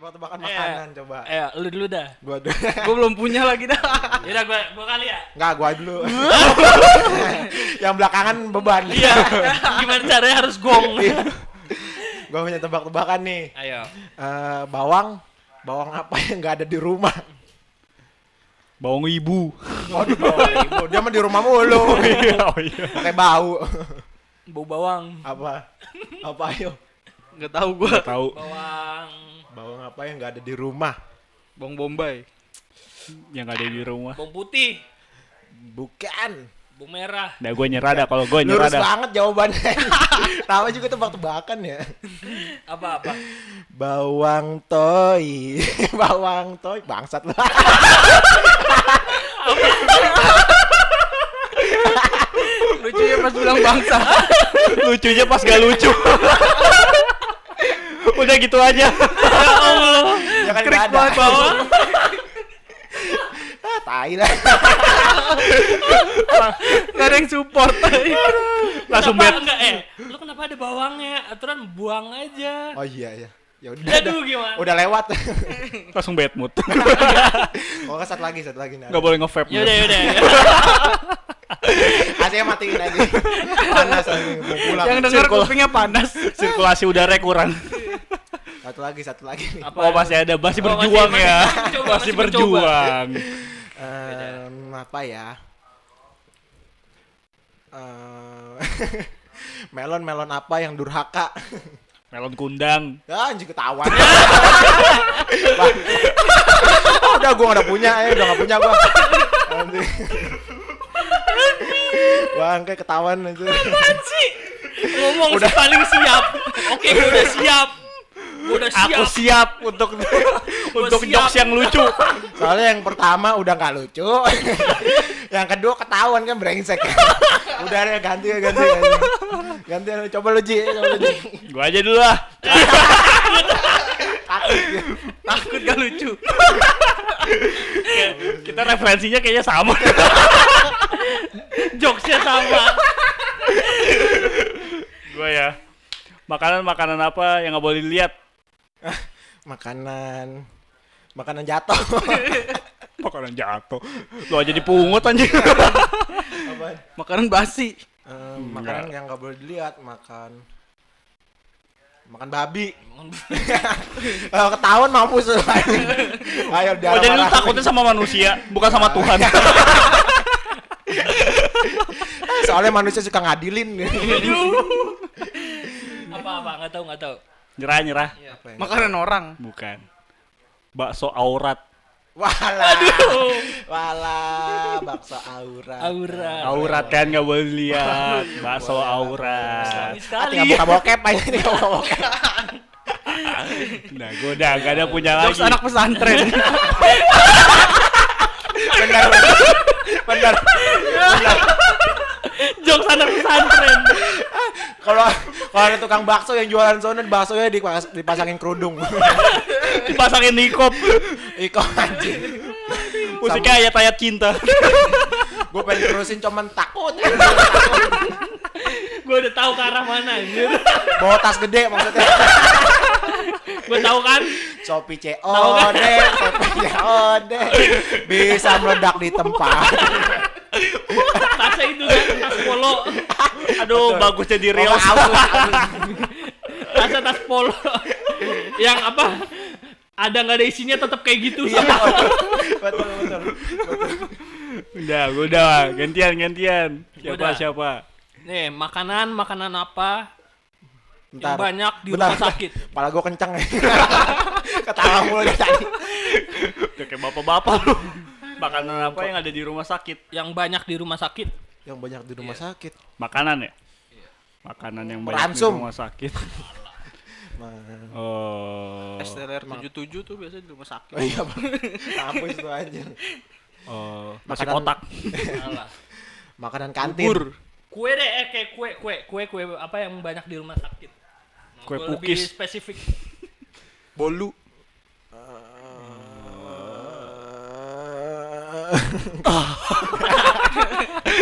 Tebak-tebakan makanan coba. Lu dulu dah. Gua dulu. Gue belum punya lagi dah. Yaudah gua kali ya. Enggak, gua dulu. Yang belakangan beban. Iya. Gimana caranya harus gong. Gua punya tebak-tebakan nih. Ayo. Bawang apa yang enggak ada di rumah? Bawang ibu. Waduh, bawang ibu. Dia mah di rumah mulu. Oh iya. Pakai bau. Bau bawang. Apa? Apa ayo? Nggak tahu gue. Nggak tahu. Bawang apa yang enggak ada di rumah? Bawang bombay. Yang nggak ada di rumah. Bawang putih. Bukan. Bawang merah. Nah gue nyerah dah kalau gue nyerah Lurus dah. banget jawabannya. Tahu juga tebak-tebakan ya. Apa? Bawang toy. Bawang toy bangsat lah. Lucunya pas bilang bangsa. Lucunya pas gak lucu. Udah gitu aja. Ya Allah. Ya kan Krik nggak ada. banget bawang. Tai lah. Gak ada yang support. Langsung Kenapa bad. enggak lu kenapa ada bawangnya? Aturan buang aja. Oh iya ya. Ya udah. Aduh gimana? Udah lewat. Langsung bad mood. Oh, satu lagi nih. Gak boleh nge-vape. Yaudah. AC-nya matiin aja. Panas lagi mau pulang. Yang denger kupingnya panas. Sirkulasi udara kurang. Satu lagi nih. Apa? Oh masih ada, masih Oh, berjuang masih ya. mencoba, Masih masih mencoba. berjuang. Apa ya? Melon apa yang durhaka? Melon kundang. Ya anjing ketahuan. Udah gua udah punya udah enggak punya gua. Anjing. Bang, kayak ketahuan aja. Ngomong udah paling siap. Oke, gue udah siap. Aku siap untuk siap. jokes yang lucu. Soalnya yang pertama udah nggak lucu. Yang kedua ketahuan kan brengsek. Udah deh ganti. Ganti coba lu Ji. Gua aja dulu lah. Takut Gak lucu. Kita referensinya kayaknya sama. Jokesnya sama. Gua ya. Makanan apa yang nggak boleh dilihat? Makanan jatuh. Makanan jatuh. Lu aja dipungut anjing. Apaan? Makanan basi. Makanan yang nggak boleh dilihat, makan babi. Kalau ketahuan mampus lu. Ayo Oh jadi lu takutnya sama manusia, bukan sama Tuhan. Soalnya manusia suka ngadilin. Apa? Nggak tahu. Nyerah. Apa yang Makanan orang. Bukan. Bakso aurat. Walah, bakso aurat. Aurat kan nggak boleh lihat. Bakso aurat. Sekali. Tinggal buka bokep aja nih buka bokep. Nah, gue udah gak ada punya lagi. Jokes anak pesantren. Benar. Jokes anak pesantren. Kalau ada tukang bakso yang jualan sono, baksonya dipasangin kerudung. Dipasangin nikop. Iko anjing. Musiknya ayat-ayat cinta. Gue pengen terusin cuman takut. Gue udah tahu ke arah mana anjir. Bawa tas gede maksudnya. Gue tahu kan. Shopee COD, bisa meledak di tempat. Tasnya itu kan, tas polo. Aduh, bagus jadi real. Tasnya tas polo. Yang apa? Ada nggak ada isinya tetap kayak gitu. Iya, betul. Udah, gantian. Udah. Siapa? Nih, makanan apa yang Bentar. banyak di rumah sakit? Kepala gue kencang ya. Ketawa mulu dari tadi. Udah kayak bapak-bapak lu. Makanan apa yang ada di rumah sakit? Yang banyak di rumah sakit. Yang banyak di rumah sakit. Makanan ya? Makanan yang banyak Ransum. di rumah sakit. Oh. STLR 77 tuh biasa di rumah sakit. Oh iya, Bang. Kampus itu aja. Nasi Makanan- kotak. Alah. Makanan kantin. Bubur. Kue deh, kayak kue apa yang banyak di rumah sakit? Kue Gua lebih pukis. spesifik. Bolu.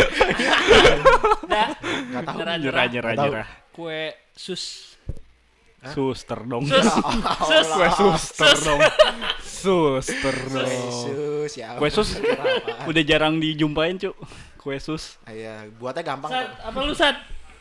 Dah. Enggak tahu. Nyerah. Nyerah. Kue sus. Suster dong. Sus. Kue suster Sus. dong. Suster dong. Yesus ya. Kue sus udah jarang dijumpain, Cuk. Kue sus. Iya, buatnya gampang Sat, kok. apa lu Sat?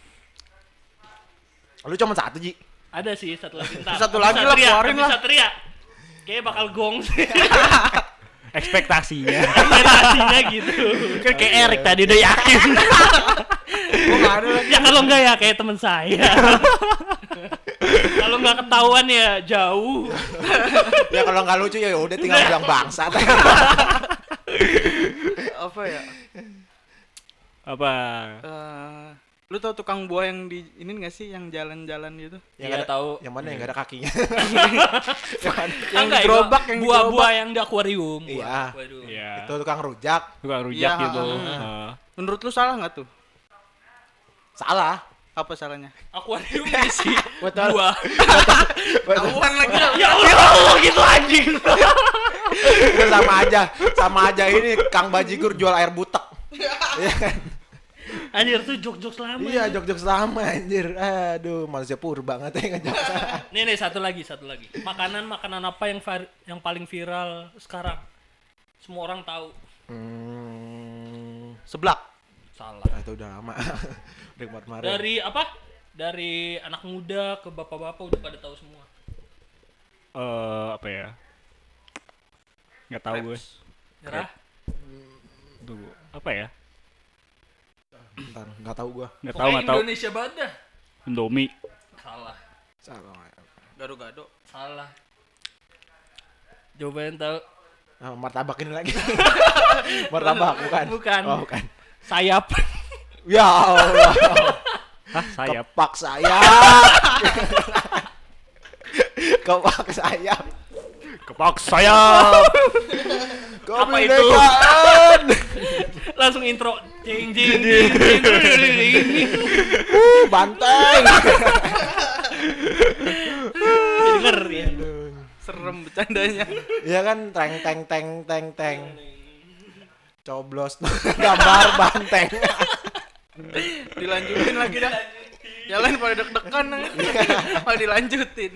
Lu cuma satu, Ji. Ada sih satu lagi. Ntar. Satu lagi lah, Satria, keluarin tapi lah. Satria. Kayaknya bakal gong sih. Ekspektasinya. Ekspektasinya gitu. Kan kayak Erik tadi udah yakin. Gua enggak ada lagi. Ya kalau enggak ya kayak teman saya. Kalau enggak ketahuan ya jauh. Ya kalau nggak lucu ya udah tinggal bilang bangsat. Apa ya? Apa? Lu tau tukang buah yang di ini nggak sih yang jalan-jalan gitu? Iya, tahu. Yang mana yang nggak ada kakinya? Yang Enggak, gerobak, itu yang buah-buah gerobak. yang di akuarium. Iya. Buah akuarium. Iya. Itu tukang rujak. Tukang rujak Iya, gitu. Menurut lu salah nggak tuh? Salah. Apa salahnya? Akuarium isi Betul. buah. Tahuan lagi. Ya Allah, gitu anjing. Itu sama aja ini Kang Bajigur jual air butek. Iya kan? Anjir tuh jok-jok lama. Iya, jok-jok sama anjir. Aduh, manusia purba banget ya ngejok. Nih satu lagi. Makanan apa yang paling viral sekarang? Semua orang tahu. Seblak. Salah. Itu udah lama. Udah kemarin. Dari apa? Dari anak muda ke bapak-bapak udah pada tahu semua. Apa ya? Nggak tahu gue. Nyerah? Tunggu. Apa ya? Bentar, nggak tahu gua. Nggak tahu, Pokoknya nggak tahu. Indonesia banget dah. Indomie. Salah. Gado-gado. Salah. Jawabannya tahu. Martabak ini lagi. Martabak bukan. Bukan. Oh, bukan. Sayap. Ya Allah. Hah, sayap. Kepak sayap. Kepak sayap. Kepak sayap. Apa itu? Kebinekaan. Langsung intro. Jing jing jing jing jing. Banteng. Jadi ngeri ya. Serem bercandanya. Iya kan teng. Coblos gambar banteng. Dilanjutin lagi dah. Jalan pada deg-degan. Malah dilanjutin.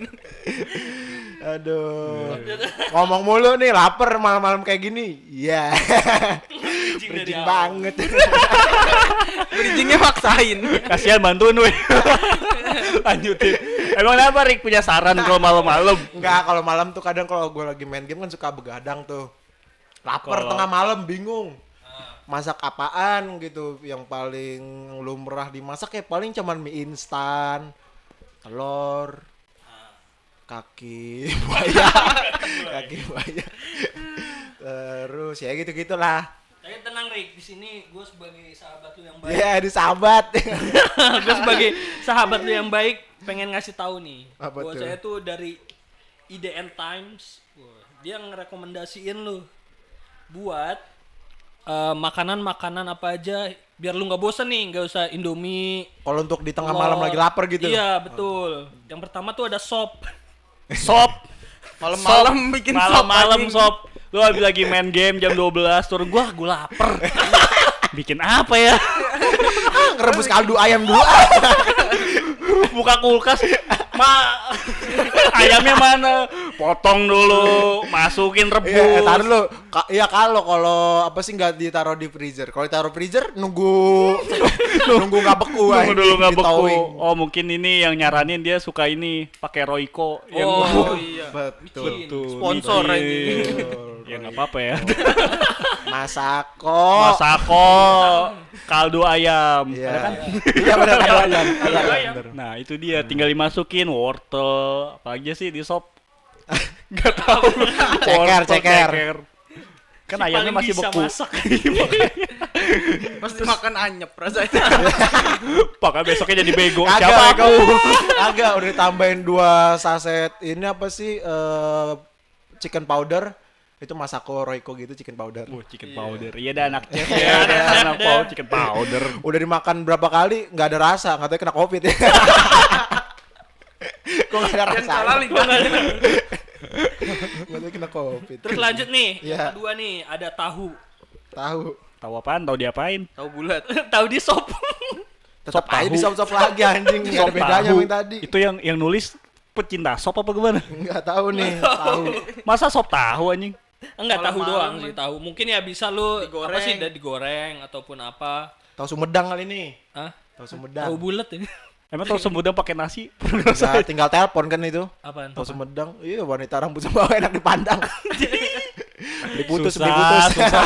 Aduh. Ngomong mulu nih, lapar malam-malam kayak gini. Iya. Bridging banget. Bridgingnya maksain. Kasihan bantuin weh. Lanjutin. Emang kenapa Rick punya saran kalau malam-malam? Enggak, kalau malam tuh kadang kalau gue lagi main game kan suka begadang tuh. Lapar tengah malam bingung. Masak apaan gitu yang paling lumrah dimasak ya paling cuman mie instan, telur, kaki buaya. Terus ya gitu-gitulah. Tapi tenang Rick, di sini gue sebagai sahabat lu yang baik. Ya, di sahabat. Gue sebagai sahabat lu yang baik pengen ngasih tahu nih. Apa Bahwa tuh? saya tuh dari IDN Times. Dia ngerekomendasiin lu buat makanan-makanan apa aja biar lu nggak bosen nih, nggak usah Indomie. Kalau untuk di tengah malam lagi lapar gitu. Iya betul. Yang pertama tuh ada sop. Sop. Malam-malam bikin Malam-malam anjing. sop. Lu lagi main game jam 12 turun gua lapar. Bikin apa ya? Ngerebus kaldu ayam dulu. Buka kulkas. Ayamnya mana? Potong dulu, masukin rebus. Iya, taruh dulu. Iya kalau apa sih nggak ditaruh di freezer. Kalau ditaruh freezer nunggu nggak beku. Nunggu dulu nggak beku. ditowing. Oh mungkin ini yang nyaranin dia suka ini pakai Royco yang Oh iya. Betul. Sponsor Micin. aja. Ya nggak apa-apa ya. Masako. Masako kaldu ayam. Iya. Ada kan? Iya benar kaldu ayam. Kaldu Iya, ayam. benar. Nah itu dia tinggal dimasukin wortel apa aja sih di sop. Gak tahu. Ceker. Kan Si ayamnya paling masih bisa beku. masak. Pasti makan anyep rasanya. Pakai besoknya jadi bego. Kagak, Siapa aku? Kagak udah ditambahin 2 saset ini apa sih chicken powder. Itu Masako Royco gitu chicken powder. Chicken powder. Iya dah anak chef ya. Anak powder chicken powder. Udah dimakan berapa kali nggak ada rasa, katanya kena covid ya. Kok nggak ada Yang rasa? salah lidah. Katanya kena covid. Terus lanjut nih, Iya. yang kedua nih ada tahu. Tahu. Tahu apaan? Tahu diapain? Tahu bulat. Tahu di sop. Tetap Sop aja tahu. di sop-sop lagi anjing. Nggak ada Sop bedanya tahu. sama yang tadi. Itu yang nulis pecinta sop apa gimana? Enggak tahu nih, tahu. Masa sop tahu anjing? Enggak Kalau tahu malam doang kan. sih tahu. Mungkin ya bisa lu Digoreng. apa sih digoreng ataupun apa. Tahu Sumedang kali ini. Hah? Tahu Tahu Sumedang. bulat ini. Emang tahu Sumedang pakai nasi? Enggak, tinggal telepon kan itu. Apaan? Tahu Sumedang. Iya, wanita rambut sembawa enak dipandang. Diputus, Susah, diputus.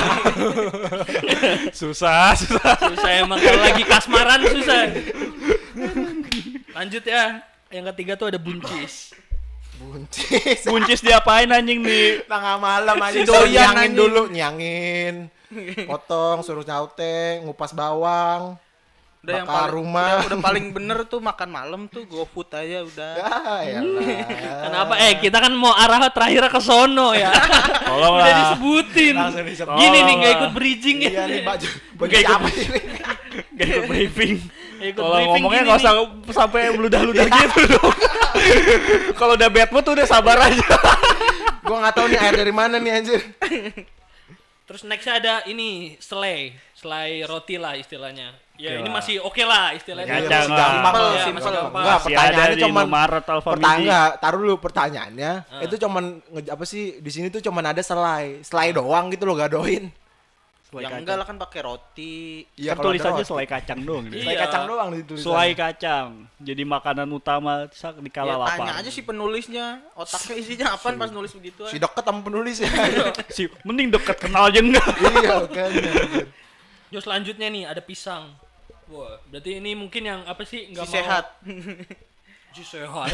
susah. Susah emang kalau lagi kasmaran susah. Lanjut ya. Yang ketiga tuh ada buncis. Buncis. Buncis diapain anjing nih? Tengah malam aja Si doyan doyan nyangin anjing. dulu, nyangin. Potong, suruh nyaute, ngupas bawang. Udah yang Bakar paling rumah. udah paling bener tuh makan malam tuh GoFood aja udah. Ya, elah. Kenapa? Kita kan mau arah terakhir ke sono ya. Tolong Udah lah. disebutin. Langsung disebut. Gini nih nggak Oh. ikut bridging ya. Iya nih baju. Baju Nggak ikut. siapa ini? Gak ikut briefing. Ikut Kalau briefing ngomongnya gini nggak usah nih. sampai meludah-ludah gitu dong. Kalau udah bad mood tuh udah sabar aja. Gua nggak tahu nih air dari mana nih anjir. Terus nextnya ada ini selai roti lah istilahnya. Ya Oke ini lah. masih oke lah istilahnya. Kacang Masih lah. gampang Iya, lah, masih simpel. gampang. Enggak, Masih pertanyaannya ada di cuman Indomaret, Alfamidi. enggak, taruh dulu pertanyaannya. Itu cuman apa sih di sini tuh cuman ada selai doang gitu loh, gadoin. Yang enggak lah kan pakai roti. Iya, Kan kalau tulis ada aja roti. selai kacang doang. Iya. Selai kacang doang ditulis. Selai kacang. Jadi makanan utama di kala Ya, tanya lapar. aja sih penulisnya, otaknya isinya apaan pas nulis begitu. Si deket sama penulis ya. Si mending deket kenal aja enggak. Iya kan. anjir. Terus selanjutnya nih ada pisang. Wah, berarti ini mungkin yang apa sih nggak Si mau sehat. Si sehat.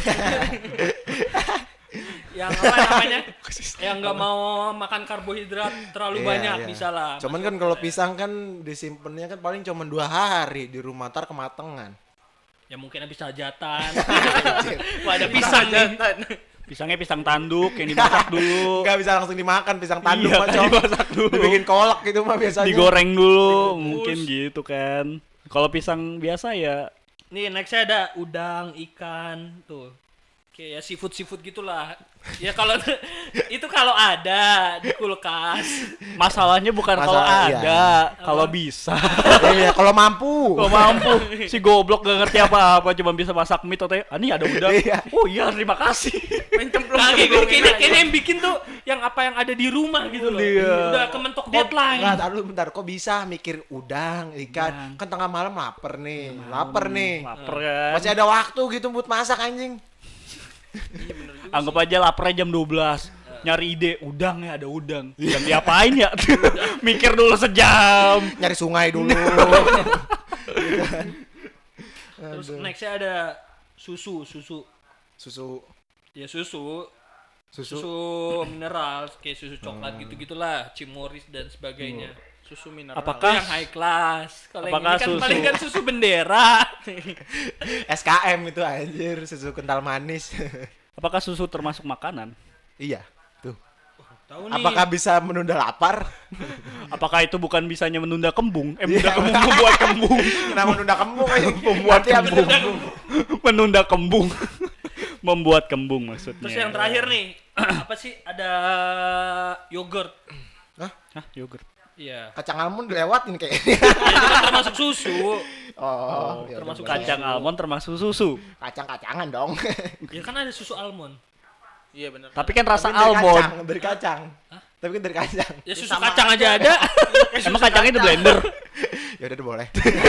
Yang apa namanya? Yang nggak mau makan karbohidrat terlalu Iya, banyak iya. bisa lah. Cuman kan kalau pisang kan disimpannya kan paling cuma 2 hari di rumah ntar kematangan. Ya mungkin habis hajatan. Wah, ada pisang nih. Pisangnya pisang tanduk yang dimasak dulu. Enggak bisa langsung dimakan pisang tanduk Iya, mah, kan Cok. dimasak dulu. Dibikin kolak gitu mah biasanya. Digoreng dulu, mungkin gitu kan. Kalau pisang biasa ya Nih nextnya ada udang, ikan, tuh. Kayak ya seafood gitulah. Ya kalau itu kalau ada di kulkas. masalahnya bukan kalau Masalah, iya. ada, kalau bisa. Iya, kalau mampu. Kok mampu si goblok gak ngerti apa-apa cuma bisa masak mie tote. Ah, nih ada udang. Iya. Oh iya, terima kasih. Kayaknya yang bikin tuh yang apa yang ada di rumah gitu loh. Iya. Udah kementok deadline. Enggak, taruh bentar. Kok bisa mikir udang, ikan? Kan tengah malam lapar nih. Lapar nih. Laper kan. Masih ada waktu gitu buat masak anjing. Anggap aja laparnya jam 12. Nyari ide, udang ya, ada udang. Yang diapain ya? Mikir dulu sejam. Nyari sungai dulu. Terus nextnya ada susu. Susu Ya susu susu mineral kayak susu coklat gitu-gitulah, Cimoris dan sebagainya. Susu mineral. Apakah- Itu yang high class. Kalau yang Apakah ini kan susu- paling kan susu bendera. SKM itu anjir, susu kental manis. Apakah susu termasuk makanan? Iya, tuh. Tahu nih. Apakah bisa menunda lapar? Apakah itu bukan bisanya menunda kembung? Menunda kembung, membuat kembung. Kenapa menunda kembung anjing? Membuat Berarti habis kembung. kembung. Menunda kembung. Membuat kembung maksudnya. Terus yang terakhir nih, apa sih? Ada yogurt. Hah, yogurt. Iya. Kacang almond dilewatin kayaknya. Ya, itu kan termasuk susu. Oh, ya termasuk udah, Kacang boleh. almond termasuk susu. Kacang-kacangan dong. Ya kan ada susu almond. Iya benar. Tapi kan rasa Tapi dari almond. kacang, dari kacang. Tapi kan dari kacang. Ya susu sama kacang aja ada. Emang kacangnya di blender? Ya udah boleh.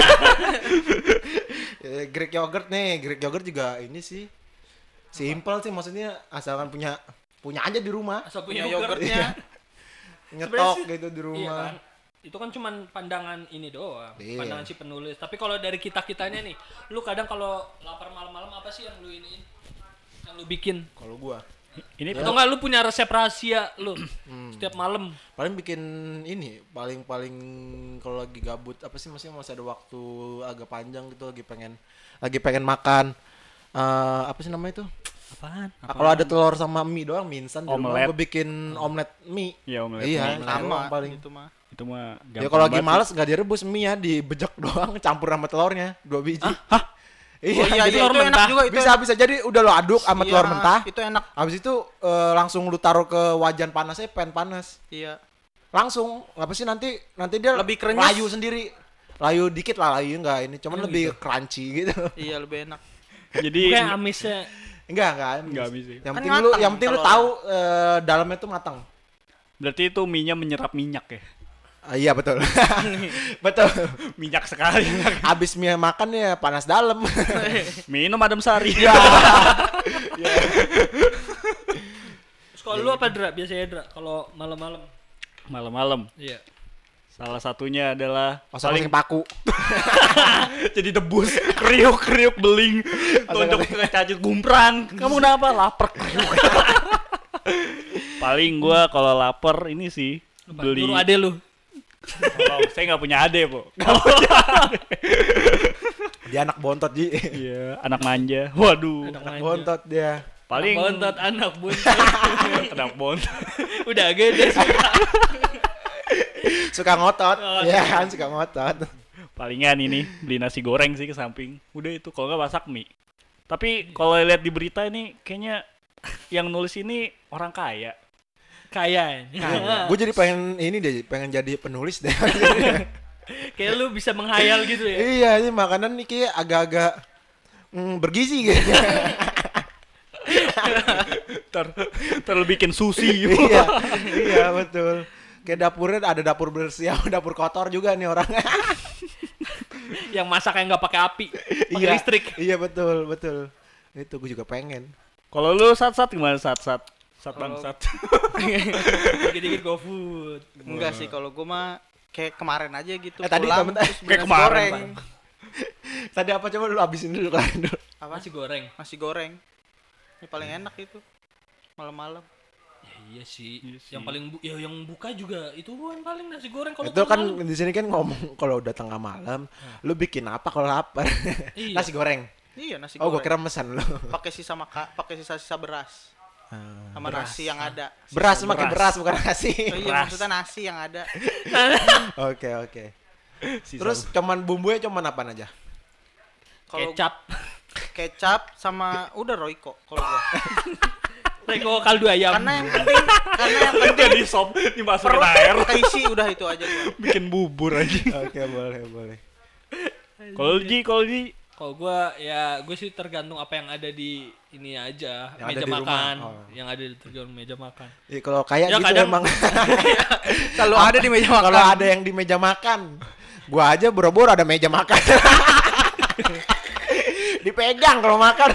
Greek yogurt nih, Greek yogurt juga ini sih simple sih, maksudnya asalkan punya aja di rumah. Asal Punya punya yogurt. yogurtnya. Nyetok Sebenarnya gitu di Iya rumah. kan? Itu kan cuman pandangan ini doang, Iya. pandangan si penulis. Tapi kalau dari kita-kitanya nih, lu kadang kalau lapar malam-malam apa sih yang lu iniin? Yang lu bikin? Kalau gua Ini Atau enggak lu punya resep rahasia lu setiap malam? paling bikin ini, paling kalau lagi gabut apa sih, maksudnya masih ada waktu agak panjang gitu, lagi pengen makan apa sih namanya itu? apaan? Kalau ada telur sama mie doang, mie instan di rumah Omelet. gua bikin omelet mie. Ya omelet. Iya, mie. sama Sama paling. gitu mah. Itu mah Ya kalau lagi males nggak direbus mie ya, dibejek doang, campur sama telurnya 2 biji. Hah? Oh iya, jadi iya telur itu enak mentah. juga itu. Bisa jadi udah lo aduk sama Iya, telur mentah. Itu enak. Habis itu langsung lu taruh ke wajan panasnya, pan panas. Iya. Langsung, apa sih nanti dia Lebih krenyes. layu sendiri. Layu dikit lah, layu enggak ini, cuman lebih crunchy gitu. Iya lebih enak. Jadi Kayak amisnya Enggak Enggak amis. amis. Yang Kan penting matang yang penting lu telurnya. tahu dalamnya tuh matang. Berarti itu mie-nya menyerap minyak ya. Iya betul. Betul. Minyak sekali. Abis mie makan ya panas dalam. Minum adem sari. Terus kalau lu apa Dra? Biasanya Dra kalau malam-malam. Malam-malam. Iya. Salah satunya adalah Oseng-oseng paku. jadi debus, kriuk beling, tonjok ke cacit gumprang. Kamu kenapa? Lapar. Paling gua kalau lapar ini sih beli. Nyuruh ade lu. Saya nggak punya ade, Po. Dia anak bontot Ji. Iya, anak manja. Waduh. Anak bontot dia. Paling bontot anak bontot. anak bontot. Udah gede sih. Suka ngotot. Iya kan suka ngotot. Palingan ini beli nasi goreng sih ke samping. Udah itu kalau nggak masak mie. Tapi kalau lihat di berita ini kayaknya yang nulis ini orang kaya. Kayak. Gue jadi pengen jadi penulis deh. Kayak lu bisa menghayal gitu ya. Iya, ini makanan nih kayak agak-agak bergizi kayaknya. Terlalu bikin sushi. Iya betul. Kayak dapurnya ada dapur bersih, dapur kotor juga nih orangnya. Yang masak yang nggak pakai api, pakai listrik. Iya betul. Itu gue juga pengen. Kalau lu sat gimana sat bangsat? Dikit-dikit GoFood. Enggak sih kalau gua mah kayak kemarin aja gitu. Tadi pulang, bentar. terus beli Kayak nasi kemarin, goreng. Tadi apa coba lu habisin dulu kalian dulu. Apa? Nasi goreng. Nasi goreng. Ini paling enak itu. Malam-malam. Ya, iya sih. Iya sih. Yang paling yang buka juga itu yang paling nasi goreng kalau Itu kan malam. di sini kan ngomong kalau udah tengah malam, lu bikin apa kalau lapar? Iya. Nasi goreng. Iya nasi Oh, goreng. gua kira pesan lu. Pakai sisa beras. Sama nasi yang ada. Beras pakai beras bukan nasi. Oh, iya maksudnya nasi yang ada. Oke. Terus cuman bumbunya cuman apaan aja? Kalau Kecap, sama udah Royco kalau gua. Rego kaldu ayam. Karena yang penting Jadi sop dimasukin perut air, keisi udah itu aja gua. bikin bubur aja. Oke, boleh. Kalau Ji Kalau gue sih tergantung apa yang ada di ini aja, Yang meja ada di rumah. makan, Oh. yang ada di tergantung meja makan. Iya, kalau kayak Ya, gitu kadang- emang. Kalau ada di meja makan. Kalau ada yang di meja makan, gua aja boro-boro ada meja makan. Dipegang kalau makan.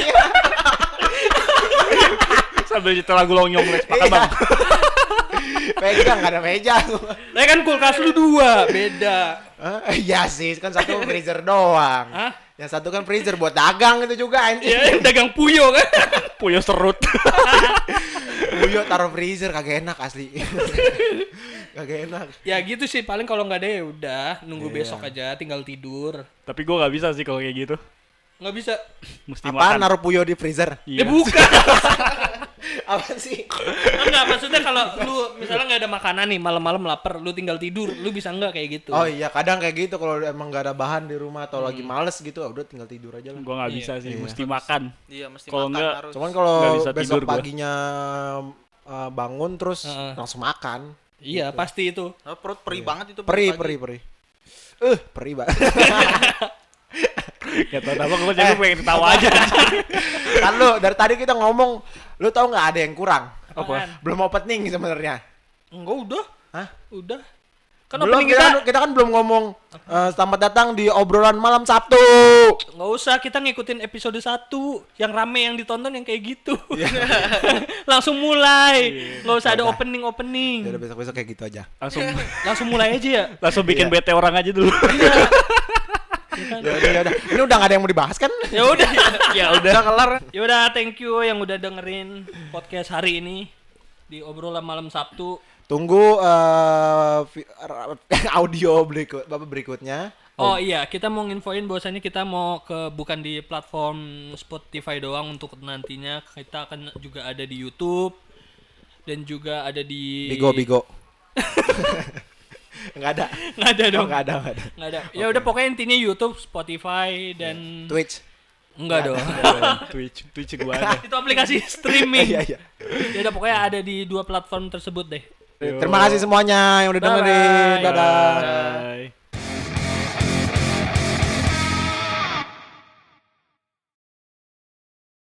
sambil nyetel lagu Longyong Les makan Bang. Pegang gak ada meja. Lah kan kulkas lu 2, beda. Iya sih, kan satu freezer doang. Hah? Yang satu kan freezer buat dagang itu juga anjing. Ya, dagang puyo kan. Punya serut. Buyo taruh freezer kagak enak asli. Kagak enak. Ya gitu sih, paling kalau nggak ada ya udah nunggu Iya. besok aja, tinggal tidur. Tapi gua nggak bisa sih kalau kayak gitu. Nggak bisa. Mesti Apaan makan. naruh puyo di freezer? Iya. Bukan. Apa sih? Enggak, maksudnya kalau lu misalnya nggak ada makanan nih, malam-malam lapar, lu tinggal tidur, lu bisa nggak kayak gitu? Oh iya, kadang kayak gitu kalau emang gak ada bahan di rumah atau lagi males gitu, udah tinggal tidur aja lah. Gua nggak Iya. bisa sih, Iya. mesti makan. Iya mesti Kalau makan enggak, harus. Cuman kalau Nggak bisa besok tidur gua. paginya bangun terus Heeh. langsung makan. Iya, pasti itu. Perut perih banget itu Perih, pagi. perih. Perih banget. Gak tau kenapa gua jadi pengen ketawa aja. Kan lu dari tadi kita ngomong, lu tahu nggak ada yang kurang? Apaan? Belum opening sebenarnya. Enggak, udah. Hah? Udah. Kan Belum, opening kita kan belum ngomong selamat datang di obrolan malam Sabtu. nggak usah, kita ngikutin episode 1 yang rame yang ditonton yang kayak gitu. Iya. Langsung mulai. Nggak usah ada opening. Ya udah besok-besok kayak gitu aja. Langsung mulai aja ya. Langsung bikin Iya. bete orang aja dulu. Ya udah. Ini udah gak ada yang mau dibahas kan? Ya udah. Ya udah. kelar. Ya udah, thank you yang udah dengerin podcast hari ini di obrolan malam Sabtu. Tunggu audio berikutnya. Oh iya, kita mau nginfoin bahwasannya kita mau bukan di platform Spotify doang untuk nantinya, kita akan juga ada di YouTube dan juga ada di Bigo. Nggak ada. Nggak ada dong. Nggak ada. Nggak ada. Ya udah pokoknya intinya YouTube, Spotify dan Twitch. enggak dong. Twitch gua ada. Itu aplikasi streaming. Iya. Ya udah pokoknya ada di 2 platform tersebut deh. Terima kasih semuanya yang udah dengerin. Bye-bye. Dadah. Bye.